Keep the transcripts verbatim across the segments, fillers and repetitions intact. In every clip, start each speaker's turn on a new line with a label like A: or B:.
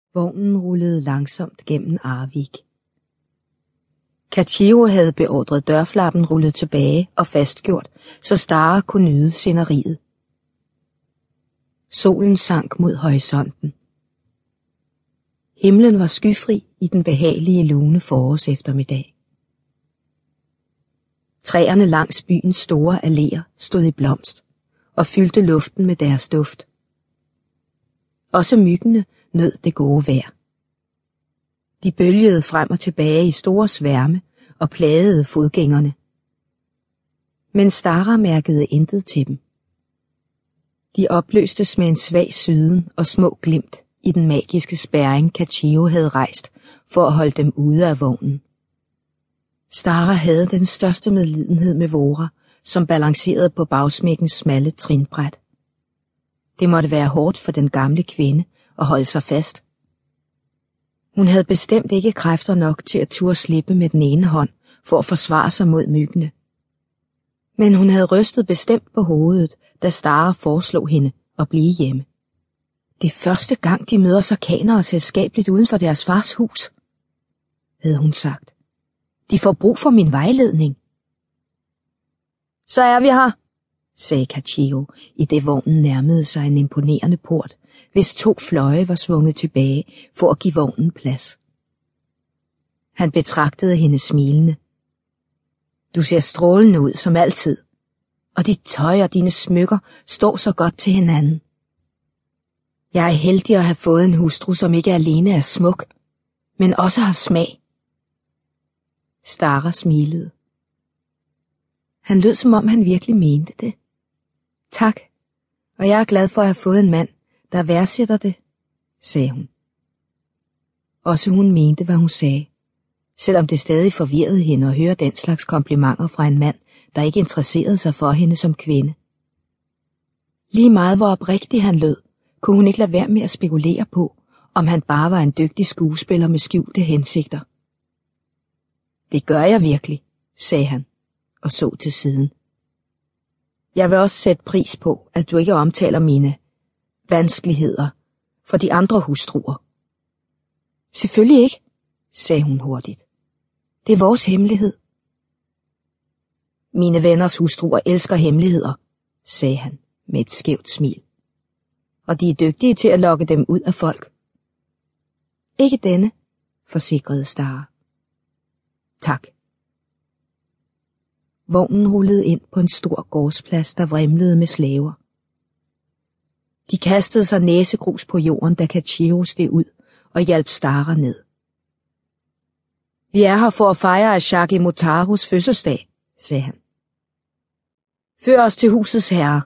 A: Vognen rullede langsomt gennem Arvik. Kachiro havde beordret dørflappen rullet tilbage og fastgjort, så Stara kunne nyde sceneriet. Solen sank mod horisonten. Himlen var skyfri i den behagelige lune forårs eftermiddag. Træerne langs byens store alléer stod i blomst og fyldte luften med deres duft. Også myggene nød det gode vejr. De bølgede frem og tilbage i store sværme og plagede fodgængerne. Men Stara mærkede intet til dem. De opløstes med en svag syden og små glimt i den magiske spærring, Kachiro havde rejst for at holde dem ude af vognen. Stara havde den største medlidenhed med Vora, som balancerede på bagsmækkens smalle trinbræt. Det måtte være hårdt for den gamle kvinde at holde sig fast. Hun havde bestemt ikke kræfter nok til at turde slippe med den ene hånd for at forsvare sig mod myggene. Men hun havde rystet bestemt på hovedet, da Stara foreslog hende at blive hjemme. Det er første gang, de møder sarkanere selskabeligt uden for deres fars hus, havde hun sagt. De får brug for min vejledning. Så er vi her, sagde Kachiro, i det vognen nærmede sig en imponerende port, hvis to fløje var svunget tilbage for at give vognen plads. Han betragtede hende smilende. Du ser strålende ud som altid, og dit tøj og dine smykker står så godt til hinanden. Jeg er heldig at have fået en hustru, som ikke alene er smuk, men også har smag. Stara smilede. Han lød, som om han virkelig mente det. Tak, og jeg er glad for at have fået en mand, der værdsætter det, sagde hun. Også hun mente, hvad hun sagde, selvom det stadig forvirrede hende at høre den slags komplimenter fra en mand, der ikke interesserede sig for hende som kvinde. Lige meget hvor oprigtig han lød, kunne hun ikke lade være med at spekulere på, om han bare var en dygtig skuespiller med skjulte hensigter. Det gør jeg virkelig, sagde han og så til siden. Jeg vil også sætte pris på, at du ikke omtaler mine vanskeligheder for de andre hustruer. Selvfølgelig ikke, sagde hun hurtigt. Det er vores hemmelighed. Mine venners hustruer elsker hemmeligheder, sagde han med et skævt smil. Og de er dygtige til at lokke dem ud af folk. Ikke denne, forsikrede Stara. Tak. Vognen rullede ind på en stor gårdsplads, der vrimlede med slaver. De kastede sig næsegrus på jorden, da Kachiro steg ud og hjalp Stara ned. Vi er her for at fejre Ashaki Motarus fødselsdag, sagde han. Før os til husets herre.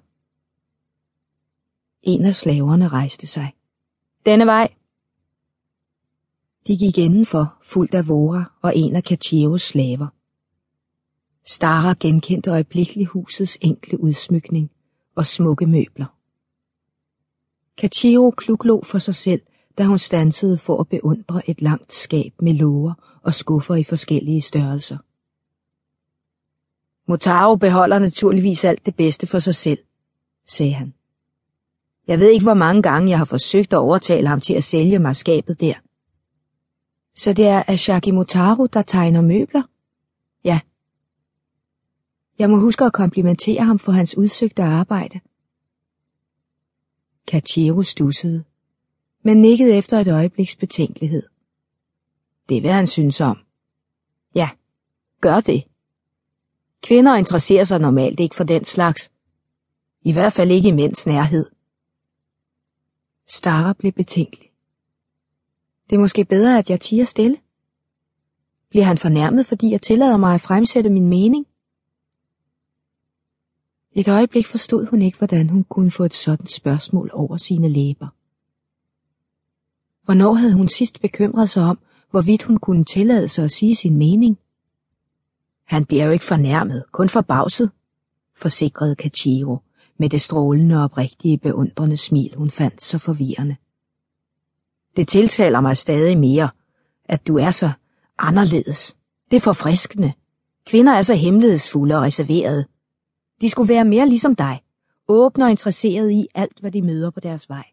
A: En af slaverne rejste sig. Denne vej. De gik indenfor, fuldt af Vora og en af Kachiros slaver. Stara genkendte øjeblikkeligt husets enkle udsmykning og smukke møbler. Kachiro kluklog for sig selv, da hun standsede for at beundre et langt skab med låger og skuffer i forskellige størrelser. Motaro beholder naturligvis alt det bedste for sig selv, sagde han. Jeg ved ikke, hvor mange gange jeg har forsøgt at overtale ham til at sælge mig skabet der. Så det er Ashaki Motaro, der tegner møbler? Ja. Jeg må huske at komplimentere ham for hans udsøgte arbejde. Kachiro studsede, men nikkede efter et øjebliks betænkelighed. Det vil han synes om. Ja, gør det. Kvinder interesserer sig normalt ikke for den slags. I hvert fald ikke i mænds nærhed. Stara blev betænkelig. Det er måske bedre, at jeg tier stille. Bliver han fornærmet, fordi jeg tillader mig at fremsætte min mening? Et øjeblik forstod hun ikke, hvordan hun kunne få et sådan spørgsmål over sine læber. Hvornår havde hun sidst bekymret sig om, hvorvidt hun kunne tillade sig at sige sin mening? Han bliver jo ikke fornærmet, kun forbavset, forsikrede Kachiro med det strålende og oprigtige beundrende smil, hun fandt så forvirrende. Det tiltaler mig stadig mere, at du er så anderledes. Det er forfriskende. Kvinder er så hemmelighedsfulde og reserverede. De skulle være mere ligesom dig, åbne og interesserede i alt, hvad de møder på deres vej.